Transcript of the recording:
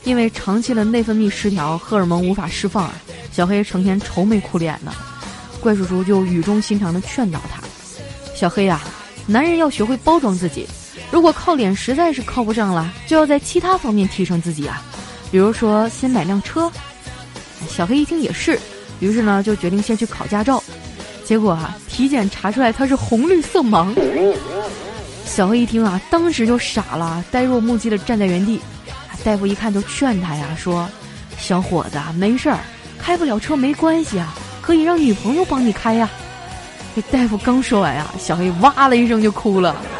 因为长期的内分泌失调，荷尔蒙无法释放啊，小黑成天愁眉苦脸的。怪叔叔就语重心长地劝导他：小黑啊，男人要学会包装自己，如果靠脸实在是靠不上了，就要在其他方面提升自己啊，比如说先买辆车。小黑一听也是，于是呢就决定先去考驾照。结果啊，体检查出来他是红绿色盲。小黑一听啊，当时就傻了，呆若木鸡地站在原地。大夫一看就劝他呀，说：小伙子没事儿，开不了车没关系啊，可以让女朋友帮你开呀。这大夫刚说完啊，小黑哇了一声就哭了。